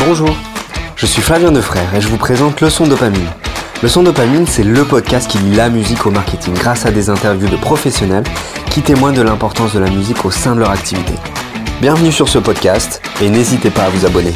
Bonjour, je suis Flavien Defrère et je vous présente Leçon Dopamine. Leçon Dopamine, c'est le podcast qui lie la musique au marketing grâce à des interviews de professionnels qui témoignent de l'importance de la musique au sein de leur activité. Bienvenue sur ce podcast et n'hésitez pas à vous abonner.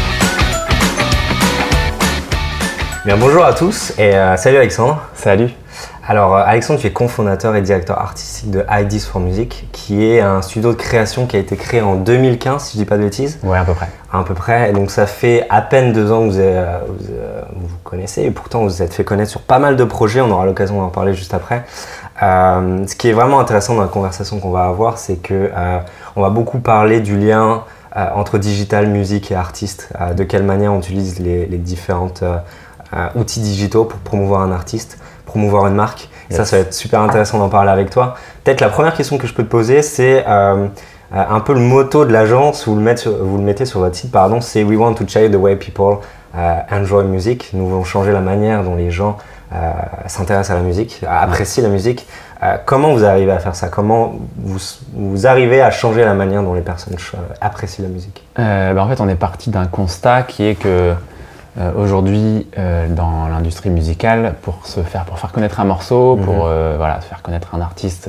Bien, bonjour à tous et salut Alexandre. Salut. Alors Alexandre, tu es cofondateur et directeur artistique de Ideas for Music, qui est un studio de création qui a été créé en 2015, si je dis pas de bêtises. Ouais, à peu près. À peu près, et donc ça fait à peine 2 ans que vous connaissez, et pourtant vous vous êtes fait connaître sur pas mal de projets, on aura l'occasion d'en parler juste après. Ce qui est vraiment intéressant dans la conversation qu'on va avoir, c'est que on va beaucoup parler du lien entre digital, musique et artiste, de quelle manière on utilise les différentes outils digitaux pour promouvoir un artiste, promouvoir une marque. Yes. Ça va être super intéressant d'en parler avec toi. Peut-être la première question que je peux te poser, c'est un peu le motto de l'agence, vous le mettez sur votre site, pardon, c'est « We want to change the way people enjoy music ». Nous voulons changer la manière dont les gens s'intéressent à la musique, apprécient la musique. Comment vous arrivez à faire ça? Comment vous arrivez à changer la manière dont les personnes apprécient la musique? En fait, on est parti d'un constat qui est que aujourd'hui, dans l'industrie musicale, pour faire connaître un morceau, pour faire connaître un artiste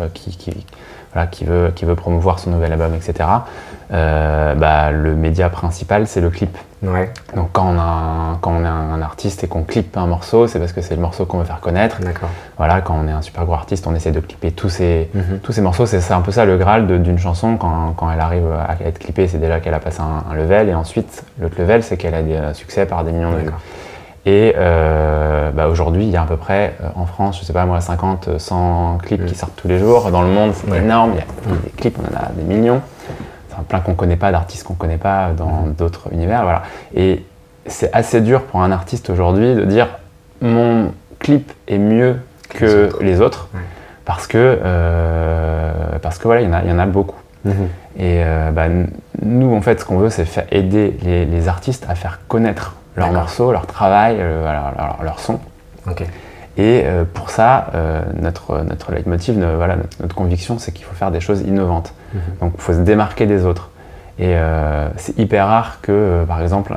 qui veut promouvoir son nouvel album, etc., le média principal, c'est le clip. Ouais. Donc quand on est un artiste et qu'on clippe un morceau, c'est parce que c'est le morceau qu'on veut faire connaître. D'accord. Voilà, quand on est un super gros artiste, on essaie de clipper tous ces morceaux. C'est un peu ça le graal d'une chanson. Quand elle arrive à être clippée, c'est déjà qu'elle a passé un level. Et ensuite, l'autre level, c'est qu'elle a des succès par des millions de vues. Et aujourd'hui, il y a à peu près, en France, je sais pas moi, 50, 100 clips qui sortent tous les jours. Dans le monde, c'est énorme. Il y a des clips, on en a des millions. Plein qu'on connaît pas, d'artistes qu'on connaît pas dans d'autres univers, voilà. Et c'est assez dur pour un artiste aujourd'hui de dire mon clip est mieux que les autres, parce que voilà, il y en a beaucoup. Et nous, en fait, ce qu'on veut, c'est aider les artistes à faire connaître leurs morceaux, leur travail, leur son. Okay. Et pour ça, notre leitmotiv, notre conviction, c'est qu'il faut faire des choses innovantes. Donc il faut se démarquer des autres. Et c'est hyper rare que, par exemple,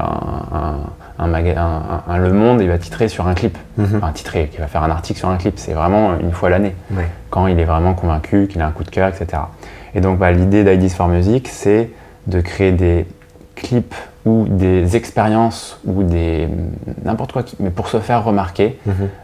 un Le Monde, il va titrer sur un clip. Enfin, qu'il va faire un article sur un clip, c'est vraiment une fois l'année. Ouais. Quand il est vraiment convaincu, qu'il a un coup de cœur, etc. Et donc l'idée d'Ideas for Music, c'est de créer des clips ou des expériences ou n'importe quoi, mais pour se faire remarquer,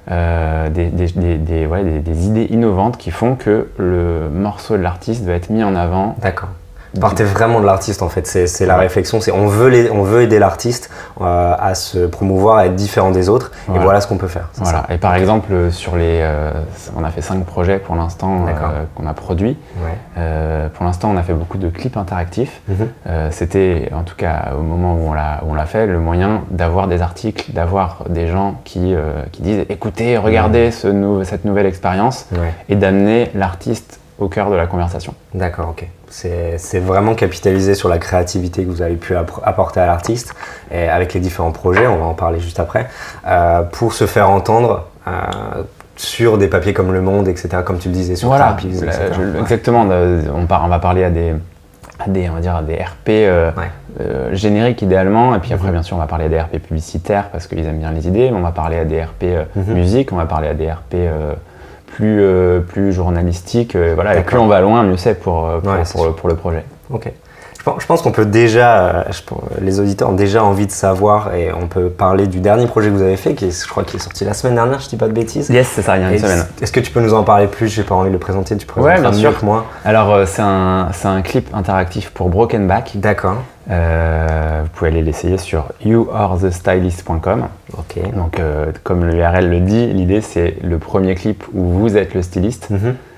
des idées innovantes qui font que le morceau de l'artiste va être mis en avant. D'accord. Partez vraiment de l'artiste en fait, c'est la réflexion, c'est on veut aider l'artiste à se promouvoir, à être différent des autres, et voilà ce qu'on peut faire. Voilà. Et par exemple, on a fait 5 projets pour l'instant qu'on a produits. Ouais. Pour l'instant, on a fait beaucoup de clips interactifs. C'était, en tout cas au moment où on l'a fait, le moyen d'avoir des articles, d'avoir des gens qui disent « écoutez, regardez cette nouvelle expérience » et d'amener l'artiste au cœur de la conversation. D'accord, ok. C'est vraiment capitaliser sur la créativité que vous avez pu apporter à l'artiste, et avec les différents projets, on va en parler juste après, pour se faire entendre sur des papiers comme Le Monde, etc., comme tu le disais, sur Trappist, etc. Exactement, on va parler à des RP génériques idéalement, et puis après bien sûr on va parler à des RP publicitaires parce qu'ils aiment bien les idées, mais on va parler à des RP musique, on va parler à des RP plus journalistique, et plus on va loin, mieux c'est pour le projet. Ok. Je pense qu'on peut déjà, les auditeurs ont déjà envie de savoir, et on peut parler du dernier projet que vous avez fait, je crois qu'il est sorti la semaine dernière, je dis pas de bêtises. Yes, c'est ça, il y a une semaine. Est-ce que tu peux nous en parler plus? J'ai pas envie de le présenter, tu présenteras mieux que moi. Alors c'est un clip interactif pour Broken Back. D'accord. Vous pouvez aller l'essayer sur youarethestylist.com. Ok. Donc comme l'URL le dit, l'idée c'est le premier clip où vous êtes le styliste.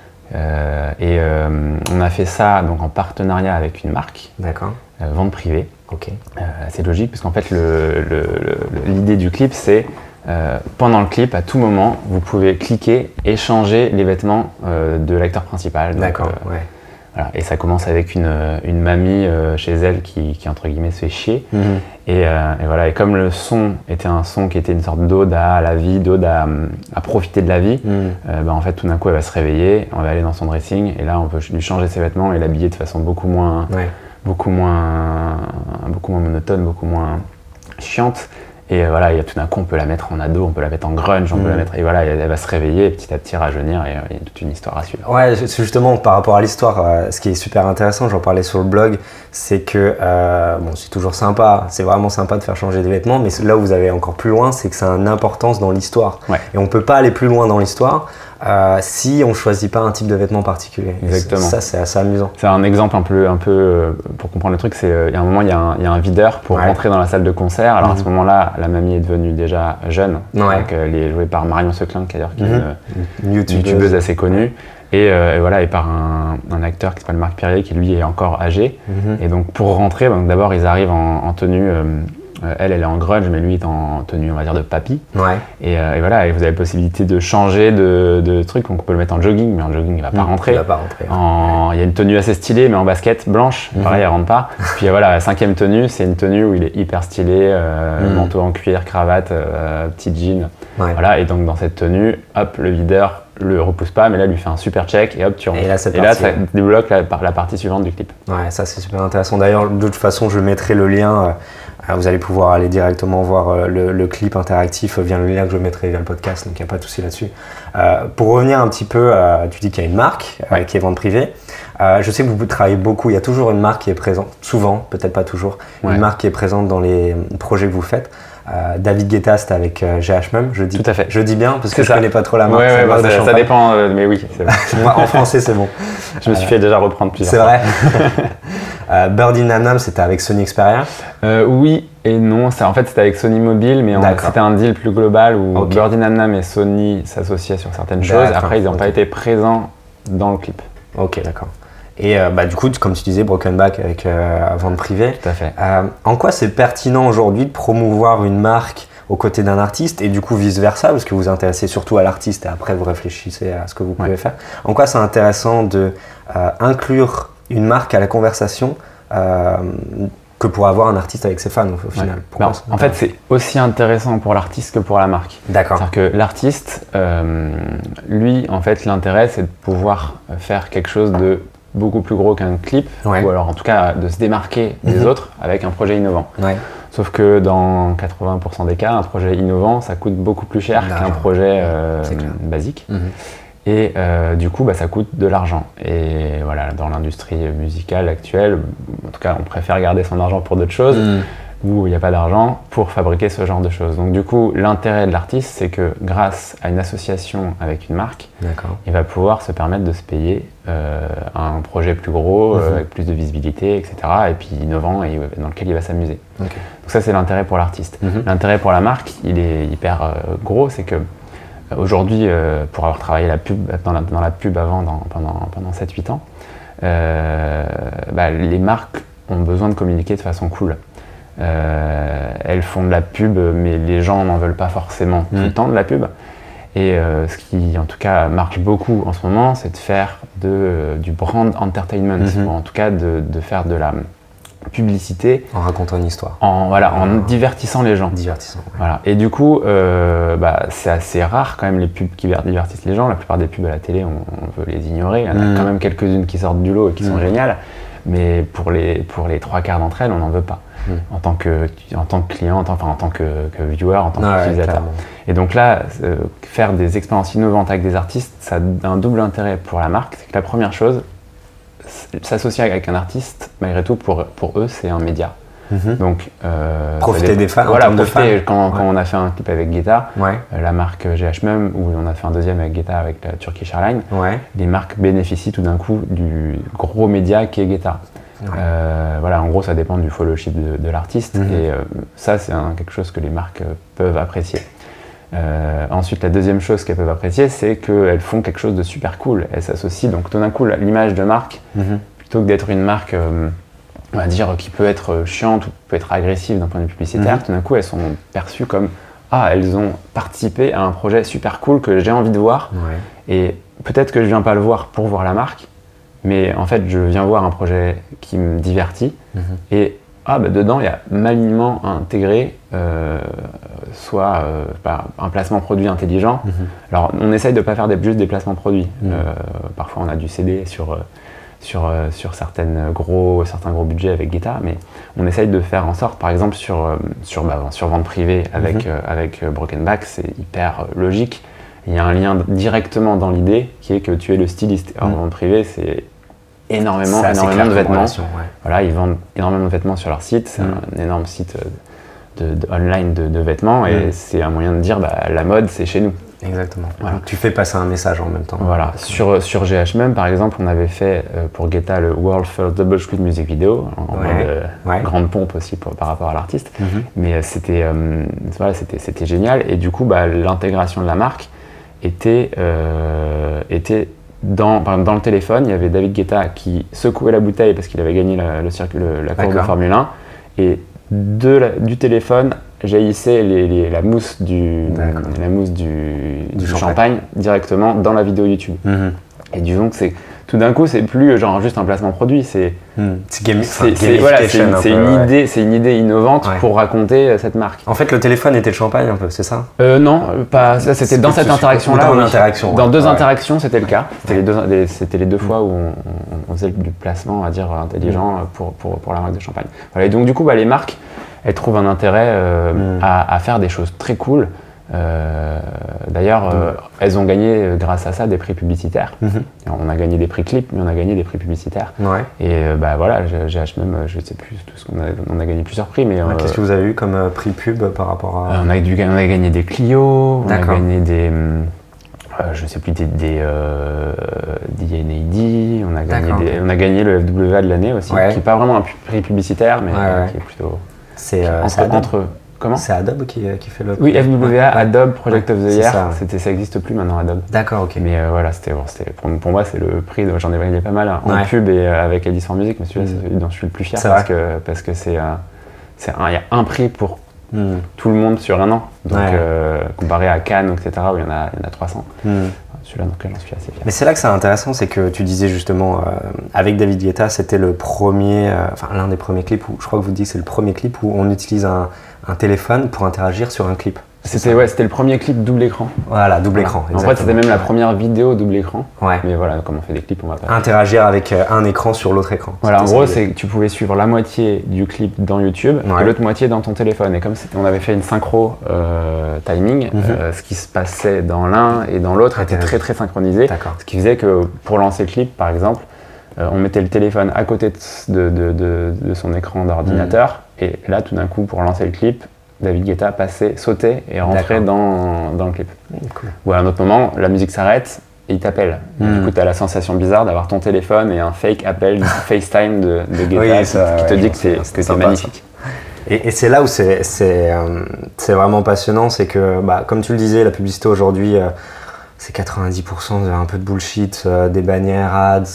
On a fait ça donc en partenariat avec une marque. D'accord. Vente privée. Ok. C'est logique parce qu'en fait l'idée du clip c'est pendant le clip, à tout moment, vous pouvez cliquer et changer les vêtements de l'acteur principal. D'accord. Voilà. Et ça commence avec une mamie chez elle qui entre guillemets se fait chier. Et voilà. Et comme le son était un son qui était une sorte d'ode à la vie, d'ode à profiter de la vie, en fait tout d'un coup elle va se réveiller, on va aller dans son dressing et là on peut lui changer ses vêtements et l'habiller de façon beaucoup moins monotone, beaucoup moins chiante. Et voilà, et tout d'un coup, on peut la mettre en ado, on peut la mettre en grunge, on peut la mettre. Et voilà, elle va se réveiller et petit à petit rajeunir et il y a toute une histoire à suivre. Ouais, c'est justement par rapport à l'histoire, ce qui est super intéressant, j'en parlais sur le blog, c'est que c'est toujours sympa, c'est vraiment sympa de faire changer des vêtements, mais là où vous allez encore plus loin, c'est que ça a une importance dans l'histoire. Ouais. Et on peut pas aller plus loin dans l'histoire si on choisit pas un type de vêtement particulier. Exactement. Ça, c'est assez amusant. C'est un exemple un peu pour comprendre le truc, c'est il y a un moment, il y a un videur pour rentrer dans la salle de concert. Alors à ce moment-là, la mamie est devenue déjà jeune, donc elle est jouée par Marion Seclin, qui est une youtubeuse assez connue. Et voilà, et par un acteur qui s'appelle Marc Perrier, qui lui est encore âgé. Et donc pour rentrer, donc d'abord ils arrivent en tenue, elle est en grunge, mais lui est en tenue, on va dire, de papy. Ouais. Et voilà, et vous avez la possibilité de changer de trucs, donc on peut le mettre en jogging, mais en jogging il va pas rentrer. Il va pas rentrer. Il y a une tenue assez stylée, mais en basket blanche, pareil, elle rentre pas. Puis voilà, la 5e tenue, c'est une tenue où il est hyper stylé, manteau en cuir, cravate, petit jean. Ouais. Voilà, et donc dans cette tenue, hop, le videur le repousse pas, mais là lui fait un super check et hop, tu rentres. Et là, ça débloque la partie suivante du clip. Ouais, ça c'est super intéressant. D'ailleurs, de toute façon, je mettrai le lien. Vous allez pouvoir aller directement voir le clip interactif via le lien que je mettrai via le podcast, donc il n'y a pas de souci là-dessus. Pour revenir un petit peu, tu dis qu'il y a une marque qui est vente privée. Je sais que vous travaillez beaucoup, il y a toujours une marque qui est présente, souvent, peut-être pas toujours, une marque qui est présente dans les projets que vous faites. David Guetta, c'était avec GHM, Tout à fait. Je dis bien parce que je connais pas trop la marque. Ça dépend, mais oui, c'est bon. En français, c'est bon. Je me suis fait déjà reprendre plusieurs fois. C'est vrai. Birdie Nam Nam, c'était avec Sony Xperia. Oui et non. En fait, c'était avec Sony Mobile, mais c'était un deal plus global où Birdie Nam Nam et Sony s'associaient sur certaines choses. Après, ils n'ont pas été présents dans le clip. Ok, d'accord. Et du coup, comme tu disais, Broken Back avec vente privée. Tout à fait. En quoi c'est pertinent aujourd'hui de promouvoir une marque aux côtés d'un artiste et du coup vice-versa, parce que vous vous intéressez surtout à l'artiste et après vous réfléchissez à ce que vous pouvez faire. En quoi c'est intéressant de inclure une marque à la conversation que pour avoir un artiste avec ses fans au final? En fait, c'est aussi intéressant pour l'artiste que pour la marque. D'accord. C'est-à-dire que l'artiste, lui, en fait, l'intérêt, c'est de pouvoir faire quelque chose de beaucoup plus gros qu'un clip, ou alors en tout cas de se démarquer des autres avec un projet innovant. Ouais. Sauf que dans 80% des cas, un projet innovant, ça coûte beaucoup plus cher qu'un projet basique. Et du coup, ça coûte de l'argent. Et voilà, dans l'industrie musicale actuelle, en tout cas, on préfère garder son argent pour d'autres choses, où il n'y a pas d'argent pour fabriquer ce genre de choses. Donc du coup, l'intérêt de l'artiste, c'est que grâce à une association avec une marque, il va pouvoir se permettre de se payer un projet plus gros, avec plus de visibilité, etc. Et puis innovant et dans lequel il va s'amuser. Donc ça, c'est l'intérêt pour l'artiste. L'intérêt pour la marque, il est hyper gros, c'est que aujourd'hui, pour avoir travaillé dans la pub avant, pendant 7-8 ans, les marques ont besoin de communiquer de façon cool. Elles font de la pub, mais les gens n'en veulent pas forcément tout le temps de la pub. Et ce qui, en tout cas, marche beaucoup en ce moment, c'est de faire du brand entertainment, ou en tout cas de faire de la publicité. En racontant une histoire. En divertissant les gens. Voilà. Et du coup, c'est assez rare quand même les pubs qui divertissent les gens. La plupart des pubs à la télé, on veut les ignorer. Il y en a quand même quelques-unes qui sortent du lot et qui sont géniales. Mais pour les 3/4 d'entre elles, on n'en veut pas. En tant que client, en tant que viewer, en tant qu'utilisateur. Et donc là, faire des expériences innovantes avec des artistes, ça a un double intérêt pour la marque. C'est que la première chose, s'associer avec un artiste, malgré tout, pour eux, c'est un média. Donc, profiter des fans. Voilà, profiter. Quand on a fait un clip avec Guetta, la marque GHM, ou on a fait un deuxième avec Guetta avec la Turkish Airlines, les marques bénéficient tout d'un coup du gros média qui est Guetta. En gros, ça dépend du followship de l'artiste et ça, c'est quelque chose que les marques peuvent apprécier. Ensuite, la deuxième chose qu'elles peuvent apprécier, c'est qu'elles font quelque chose de super cool. Elles s'associent, donc tout d'un coup, l'image de marque, plutôt que d'être une marque, on va dire, qui peut être chiante ou peut être agressive d'un point de vue publicitaire, tout d'un coup, elles sont perçues comme elles ont participé à un projet super cool que j'ai envie de voir. Et peut-être que je viens pas le voir pour voir la marque, mais en fait, je viens voir un projet qui me divertit et dedans, il y a malignement intégré soit un placement produit intelligent. Alors, on essaye de ne pas faire juste des placements produits. Parfois, on a du CD sur certains gros budgets avec Guetta, mais on essaye de faire en sorte, par exemple sur vente privée avec Broken Back, c'est hyper logique. Il y a un lien directement dans l'idée qui est que tu es le styliste. En vente privée, c'est énormément de vêtements. Voilà, ils vendent énormément de vêtements sur leur site. C'est un énorme site online de vêtements et c'est un moyen de dire la mode, c'est chez nous. Exactement. Voilà. Donc, tu fais passer un message en même temps. Voilà. Sur GHM, par exemple, on avait fait pour Guetta le World First Double Shoot Music Video, en mode grande pompe aussi par rapport à l'artiste. Mais c'était génial. Et du coup, l'intégration de la marque était dans le téléphone. Il y avait David Guetta qui secouait la bouteille parce qu'il avait gagné la course de Formule 1. Et du téléphone jaillissait la mousse du champagne directement dans la vidéo YouTube. Et disons que tout d'un coup, c'est plus genre juste un placement produit, c'est une idée innovante pour raconter cette marque. En fait, le téléphone était le champagne un peu, c'est ça ? Non, pas ça. C'était dans cette interaction-là. Dans deux interactions, c'était le cas. C'était les deux fois où on faisait du placement, à dire intelligent pour la marque de champagne. Voilà. Et donc du coup, les marques, elles trouvent un intérêt à faire des choses très cool. D'ailleurs, elles ont gagné grâce à ça des prix publicitaires. On a gagné des prix clips, mais on a gagné des prix publicitaires. Et voilà, GHM, je ne sais plus tout ce on a gagné plusieurs prix. Mais qu'est-ce que vous avez eu comme prix pub par rapport à... on a gagné des Clio, on a gagné des... je ne sais plus, des D&AD, on a gagné le FWA de l'année aussi, qui n'est pas vraiment un prix publicitaire, mais qui est plutôt... C'est entre Comment ? C'est Adobe qui fait le... Oui, FWA, Adobe, Project of the Year, ça n'existe plus maintenant Adobe. D'accord, ok. Mais voilà, pour moi, c'est le prix, j'en ai gagné pas mal en pub et avec Edis for Music, mais celui-là, c'est celui dont je suis le plus fier parce que il y a un prix pour tout le monde sur un an, donc comparé à Cannes, etc., où il y en a 300. Celui-là, donc j'en suis assez fier. Mais c'est là que c'est intéressant, c'est que tu disais justement, avec David Guetta, c'était l'un des premiers clips, je crois que vous dites que c'est le premier clip où on utilise un téléphone pour interagir sur un clip. C'était le premier clip double écran. Voilà, double écran. En fait, c'était même la première vidéo double écran. Mais voilà, comme on fait des clips, on va pas... Interagir avec un écran sur l'autre écran. Voilà, en gros, c'est que tu pouvais suivre la moitié du clip dans YouTube et l'autre moitié dans ton téléphone. Et comme on avait fait une synchro timing, ce qui se passait dans l'un et dans l'autre était très très synchronisé. Ce qui faisait que pour lancer le clip, par exemple, on mettait le téléphone à côté de son écran d'ordinateur. Et là, tout d'un coup, pour lancer le clip, David Guetta sautait et rentrait dans le clip. Cool. Ou à un autre moment, la musique s'arrête et il t'appelle. Du coup, tu as la sensation bizarre d'avoir ton téléphone et un fake appel FaceTime de Guetta qui te dit que c'est magnifique. Et c'est là où c'est vraiment passionnant, c'est que, comme tu le disais, la publicité aujourd'hui, c'est 90% un peu de bullshit, des bannières ads,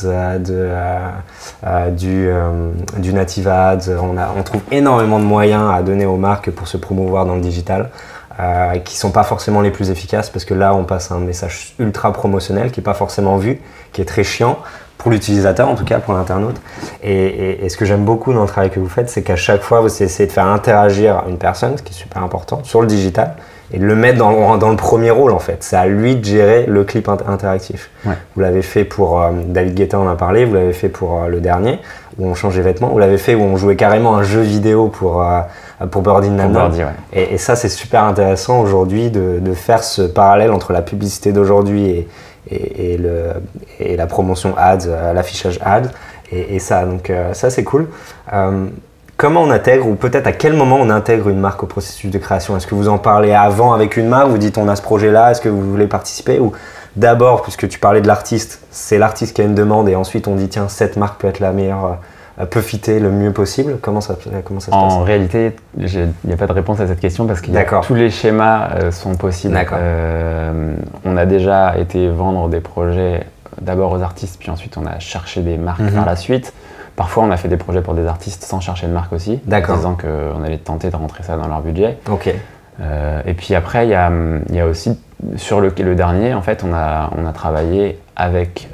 du native ads. On trouve énormément de moyens à donner aux marques pour se promouvoir dans le digital, qui sont pas forcément les plus efficaces parce que là on passe un message ultra promotionnel qui est pas forcément vu, qui est très chiant pour l'utilisateur, en tout cas pour l'internaute. Et ce que j'aime beaucoup dans le travail que vous faites, c'est qu'à chaque fois vous essayez de faire interagir une personne, ce qui est super important, sur le digital, et de le mettre dans le premier rôle en fait. C'est à lui de gérer le clip interactif. Vous l'avez fait pour David Guetta, on en a parlé, vous l'avez fait pour le dernier, où on changeait vêtements, vous l'avez fait où on jouait carrément un jeu vidéo pour Birdie Nana. Et ça c'est super intéressant aujourd'hui de faire ce parallèle entre la publicité d'aujourd'hui et la promotion ads, l'affichage ads, et ça, donc ça c'est cool. Comment on intègre, ou peut-être à quel moment on intègre une marque au processus de création ? Est-ce que vous en parlez avant avec une marque, vous dites on a ce projet-là, est-ce que vous voulez participer ? Ou d'abord, puisque tu parlais de l'artiste, c'est l'artiste qui a une demande et ensuite on dit tiens, cette marque peut être la meilleure, peut fitter le mieux possible. Comment ça se passe ? En réalité, il n'y a pas de réponse à cette question parce que tous les schémas sont possibles. On a déjà été vendre des projets d'abord aux artistes, puis ensuite on a cherché des marques par la suite. Parfois, on a fait des projets pour des artistes sans chercher de marque aussi, en disant qu'on allait tenter de rentrer ça dans leur budget. Et puis après, il y a aussi, sur le dernier, en fait, on a travaillé avec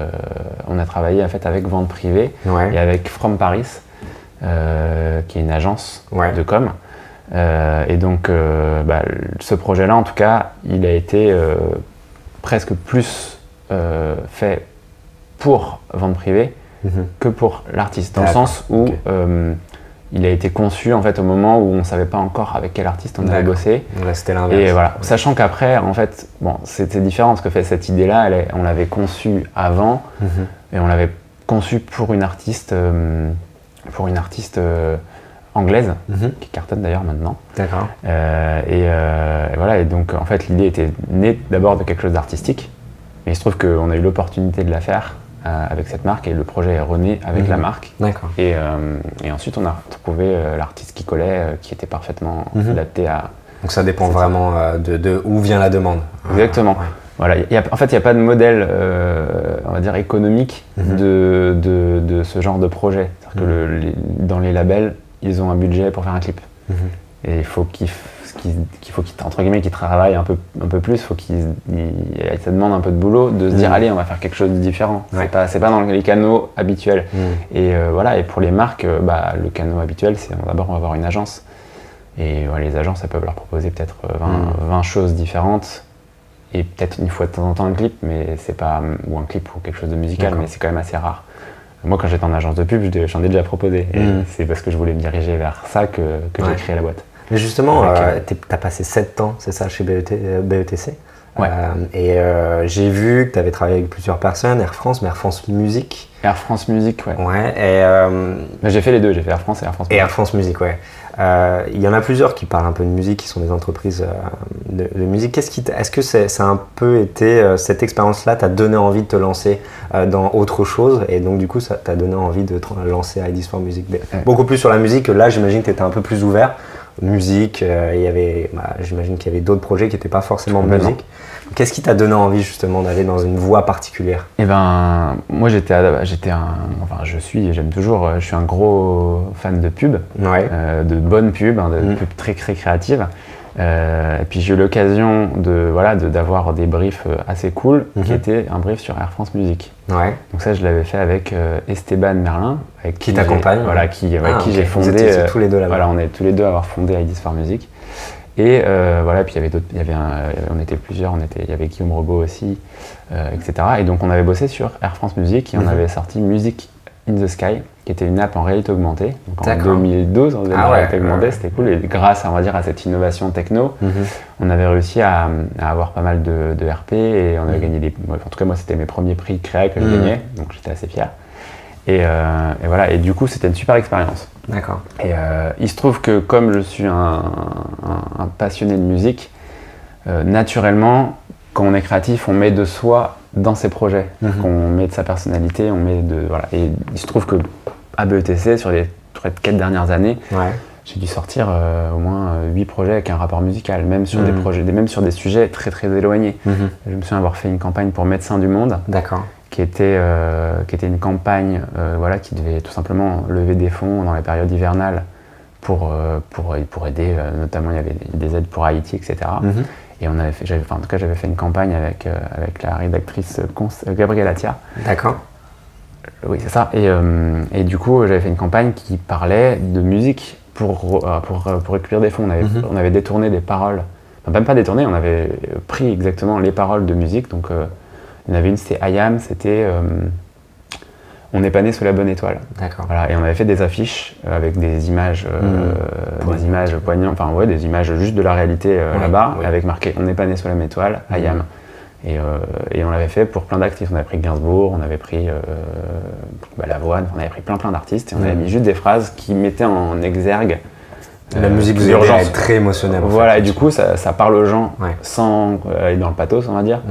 Vente Privée et avec From Paris, qui est une agence de com. Et donc, ce projet-là, en tout cas, il a été presque plus fait pour Vente Privée que pour l'artiste, dans le sens où il a été conçu en fait au moment où on ne savait pas encore avec quel artiste on allait bosser. Là, c'était l'inverse. Et voilà, sachant qu'après, en fait, bon, c'était différent parce que cette idée-là, on l'avait conçue avant et on l'avait conçue pour une artiste anglaise, qui cartonne d'ailleurs maintenant. D'accord. Et voilà, et donc en fait l'idée était née d'abord de quelque chose d'artistique, mais il se trouve qu'on a eu l'opportunité de la faire avec cette marque et le projet est rené avec la marque. D'accord. Et ensuite on a trouvé l'artiste qui collait, qui était parfaitement adapté à... Donc ça dépend vraiment de où vient la demande. Exactement. Voilà, en fait, il n'y a pas de modèle, on va dire, économique de ce genre de projet. C'est-à-dire que dans les labels, ils ont un budget pour faire un clip. Et il faut qu'ils entre guillemets, qu'ils travaillent un peu plus, ça demande un peu de boulot de se dire allez, on va faire quelque chose de différent. C'est pas dans les canaux habituels. Et voilà, et pour les marques, le canal habituel, c'est d'abord on va avoir une agence. Et les agences, elles peuvent leur proposer peut-être 20 choses différentes. Et peut-être une fois de temps en temps un clip, mais c'est pas, ou un clip ou quelque chose de musical, mais c'est quand même assez rare. Moi, quand j'étais en agence de pub, j'en ai déjà proposé. Et c'est parce que je voulais me diriger vers ça que j'ai créé la boîte. Mais justement, tu as passé 7 ans, c'est ça, chez BETC. Ouais. J'ai vu que tu avais travaillé avec plusieurs personnes, Air France, mais Air France Musique. Air France Musique, ouais. Ouais, et j'ai fait les deux, j'ai fait Air France et Air France Musique. Et Air France Musique, ouais. Il y en a plusieurs qui parlent un peu de musique, qui sont des entreprises de musique. Est-ce que ça a un peu été, cette expérience-là t'a donné envie de te lancer dans autre chose, et donc du coup ça t'a donné envie de te lancer à Ideas for Music? Beaucoup plus sur la musique, là j'imagine que tu étais un peu plus ouvert. Musique, j'imagine qu'il y avait d'autres projets qui n'étaient pas forcément musique. Qu'est-ce qui t'a donné envie justement d'aller dans une voie particulière? Eh ben, moi je suis un gros fan de pub, de bonnes pubs, de pubs très très créatives. Et puis j'ai eu l'occasion d'avoir des briefs assez cool, qui étaient un brief sur Air France Musique. Ouais. Donc ça je l'avais fait avec Esteban Merlin, avec qui t'accompagne. Avec qui j'ai fondé. Vous étiez tous les deux là-bas. Voilà, on est tous les deux à avoir fondé Ideas for Music. Et puis il y avait d'autres, on était plusieurs, il y avait Guillaume Robot aussi, etc. Et donc on avait bossé sur Air France Music et on avait sorti Music in the Sky, qui était une app en réalité augmentée. Donc en 2012, on faisait de la réalité augmentée, c'était cool. Et grâce à cette innovation techno, on avait réussi à avoir pas mal de RP et on avait gagné en tout cas moi c'était mes premiers prix créa que je gagnais, donc j'étais assez fier. Et voilà, et du coup c'était une super expérience. D'accord. Et il se trouve que comme je suis un passionné de musique, naturellement, quand on est créatif, on met de soi dans ses projets. On met de sa personnalité, Et il se trouve que à BETC, sur les 4 dernières années, j'ai dû sortir au moins 8 projets avec un rapport musical, même sur des projets, même sur des sujets très très éloignés. Je me souviens avoir fait une campagne pour Médecins du Monde. D'accord. Qui était une campagne qui devait tout simplement lever des fonds dans les périodes hivernales pour aider, notamment il y avait des aides pour Haïti, etc. Et j'avais fait une campagne avec la rédactrice Gabrielle Attia. D'accord. Oui, c'est ça. Et du coup, j'avais fait une campagne qui parlait de musique pour récupérer des fonds. On avait détourné des paroles, enfin même pas détourné, on avait pris exactement les paroles de musique. Donc il y en avait une, c'était IAM, c'était On n'est pas né sous la bonne étoile. D'accord. Voilà, et on avait fait des affiches avec des images, poignantes, des images juste de la réalité là-bas, avec marqué On n'est pas né sous la bonne étoile, IAM. Et on l'avait fait pour plein d'artistes. On avait pris Gainsbourg, on avait pris Lavoine, on avait pris plein d'artistes et on avait mis juste des phrases qui mettaient en exergue. La musique vous aidait à être très émotionnelle. Voilà, et du coup ça parle aux gens sans aller dans le pathos, on va dire.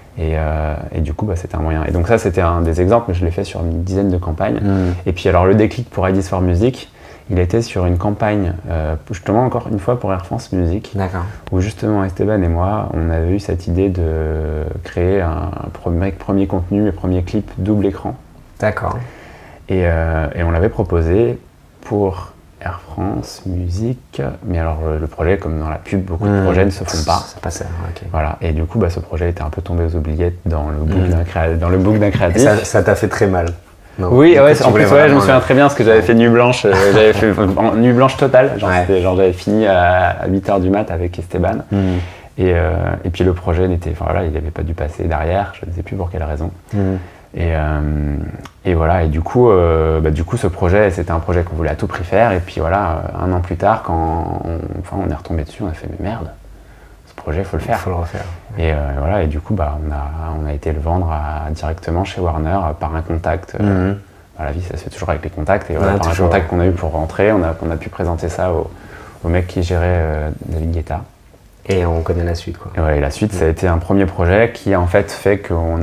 Et du coup, c'était un moyen. Et donc ça, c'était un des exemples, mais je l'ai fait sur une dizaine de campagnes. Et puis alors le déclic pour Ideas for Music, il était sur une campagne, justement encore une fois pour Air France Music, où justement Esteban et moi, on avait eu cette idée de créer un premier contenu, un premier clip double écran. D'accord. Et on l'avait proposé pour Air France Musique, mais alors le projet, comme dans la pub, beaucoup de projets ne se font pas. Ça passait, ok. Voilà, et du coup, ce projet était un peu tombé aux oubliettes dans le book d'un créatif. Et ça t'a fait très mal. Non, oui, en plus, je me souviens très bien parce que j'avais fait Nuit Blanche, j'avais fait Nuit Blanche totale, j'avais fini à 8h du mat avec Esteban. Et puis le projet il n'avait pas dû passer derrière, je ne sais plus pour quelle raison. Et voilà, et du coup, ce projet, c'était un projet qu'on voulait à tout prix faire. Et puis voilà, 1 an plus tard, quand on est retombé dessus, on a fait mais merde, ce projet, il faut le faire. Il faut le refaire. Et voilà, et du coup, on a été le vendre directement chez Warner par un contact. La vie, ça se fait toujours avec les contacts. Et voilà, par un contact qu'on a eu pour rentrer, on a pu présenter ça au mec qui gérait David Guetta. Et on connaît la suite, quoi. Et voilà, et la suite, ça a été un premier projet qui en fait fait qu'on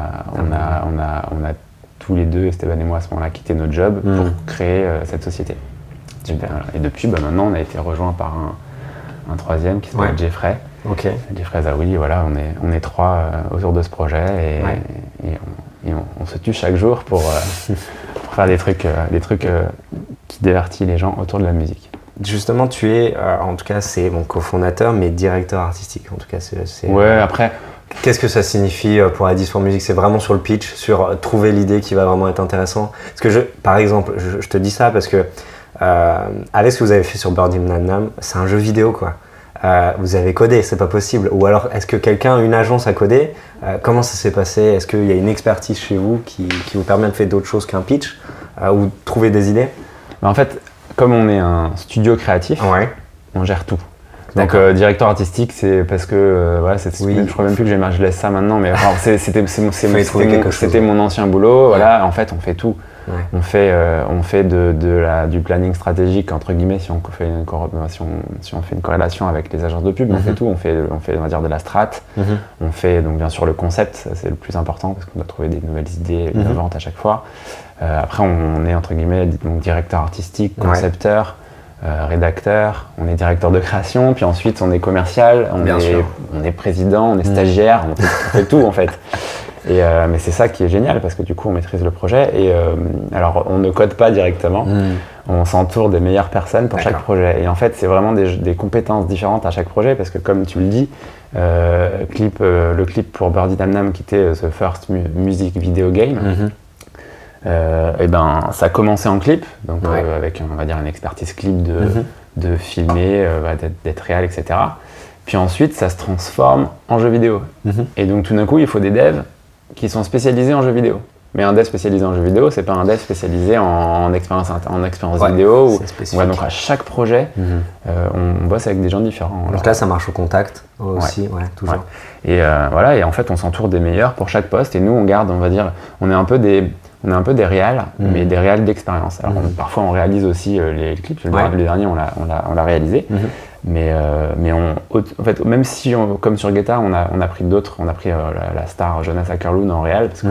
a tous les deux, Esteban et moi à ce moment-là, quitté notre job pour créer cette société. Et depuis, maintenant, on a été rejoint par un troisième qui s'appelle Jeffrey. Okay. Jeffrey Zaoui, voilà, on est 3 autour de ce projet et on se tue chaque jour pour faire des trucs qui divertissent les gens autour de la musique. Justement, tu es, en tout cas, c'est mon cofondateur, mais directeur artistique. En tout cas, c'est. Ouais, après. Qu'est-ce que ça signifie pour Addis for Music? C'est vraiment sur le pitch, sur trouver l'idée qui va vraiment être intéressant. Parce que par exemple, je te dis ça parce que avec ce que vous avez fait sur Birdie Nam Nam, c'est un jeu vidéo, quoi. Vous avez codé, c'est pas possible. Ou alors, est-ce que une agence a codé? Comment ça s'est passé? Est-ce qu'il y a une expertise chez vous qui vous permet de faire d'autres choses qu'un pitch ou de trouver des idées? En fait, comme on est un studio créatif, on gère tout. Donc directeur artistique, c'est parce que je crois même plus que je laisse ça maintenant, mais c'était mon ancien boulot. Voilà, en fait, on fait tout. Ouais. On fait du planning stratégique entre guillemets si on fait une corrélation avec les agences de pub, on fait tout. On fait on va dire de la strat. On fait donc bien sûr le concept, ça c'est le plus important parce qu'on doit trouver des nouvelles idées innovantes à chaque fois. Après on est entre guillemets donc directeur artistique, concepteur, rédacteur, on est directeur de création, puis ensuite on est commercial, on est président, on est stagiaire, on fait tout en fait. Mais c'est ça qui est génial parce que du coup on maîtrise le projet et alors on ne code pas directement, on s'entoure des meilleures personnes pour chaque projet et en fait c'est vraiment des compétences différentes à chaque projet parce que comme tu le dis, le clip pour Birdie Nam Nam qui était The First Music Video Game, ça a commencé en clip, donc avec on va dire une expertise clip de filmer, d'être réel, etc. Puis ensuite ça se transforme en jeu vidéo et donc tout d'un coup il faut des devs qui sont spécialisés en jeux vidéo. Mais un dev spécialisé en jeux vidéo, c'est pas un dev spécialisé en expérience vidéo. Donc à chaque projet, on bosse avec des gens différents. Donc là, ça marche au contact aussi, toujours. Ouais. Et en fait, on s'entoure des meilleurs pour chaque poste. Et nous, on garde, on va dire, on est un peu des réals, mais des réals d'expérience. Alors parfois, on réalise aussi les clips. Le dernier, on l'a réalisé. Mais en fait, même si, comme sur Guetta, on a pris d'autres, on a pris la star Jonas Akerlund en réal, parce que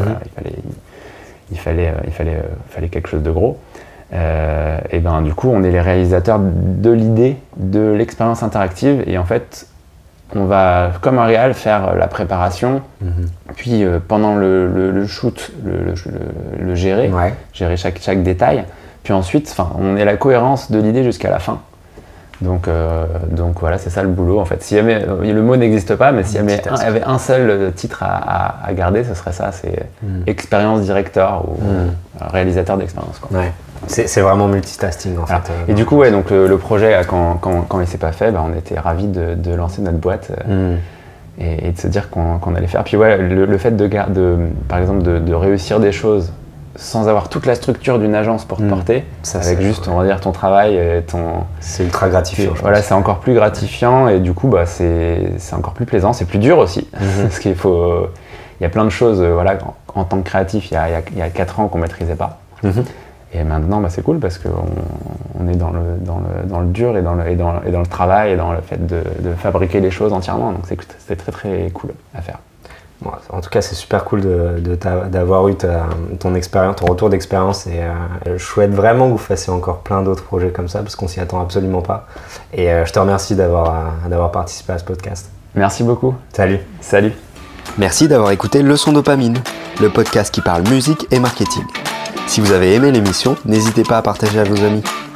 il fallait quelque chose de gros. Et du coup, on est les réalisateurs de l'idée, de l'expérience interactive, et en fait, on va, comme un réal, faire la préparation, puis pendant le shoot, le gérer, gérer chaque détail, puis ensuite, on est la cohérence de l'idée jusqu'à la fin. Donc voilà, c'est ça le boulot en fait. Si jamais, le mot n'existe pas, mais s'il y avait un seul titre à garder, ce serait ça, c'est expérience director ou réalisateur d'expérience. Ouais. C'est vraiment multitasking en fait. Et du coup, donc le projet, quand il s'est pas fait, on était ravis de lancer notre boîte et de se dire qu'on allait faire. Puis le fait par exemple de réussir des choses sans avoir toute la structure d'une agence pour te porter, avec juste, on va dire, ton travail et C'est ultra gratifiant. Voilà, c'est encore plus gratifiant et du coup, c'est encore plus plaisant. C'est plus dur aussi, parce qu'il y a plein de choses, en tant que créatif, il y a 4 ans qu'on maîtrisait pas. Et maintenant, c'est cool parce qu'on est dans le dur et dans le travail et dans le fait de fabriquer les choses entièrement. Donc c'est très très cool à faire. Bon, en tout cas, c'est super cool d'avoir eu ton expérience, ton retour d'expérience et je souhaite vraiment que vous fassiez encore plein d'autres projets comme ça parce qu'on s'y attend absolument pas. Et je te remercie d'avoir participé à ce podcast. Merci beaucoup. Salut. Salut. Merci d'avoir écouté Leçon Dopamine, le podcast qui parle musique et marketing. Si vous avez aimé l'émission, n'hésitez pas à partager à vos amis.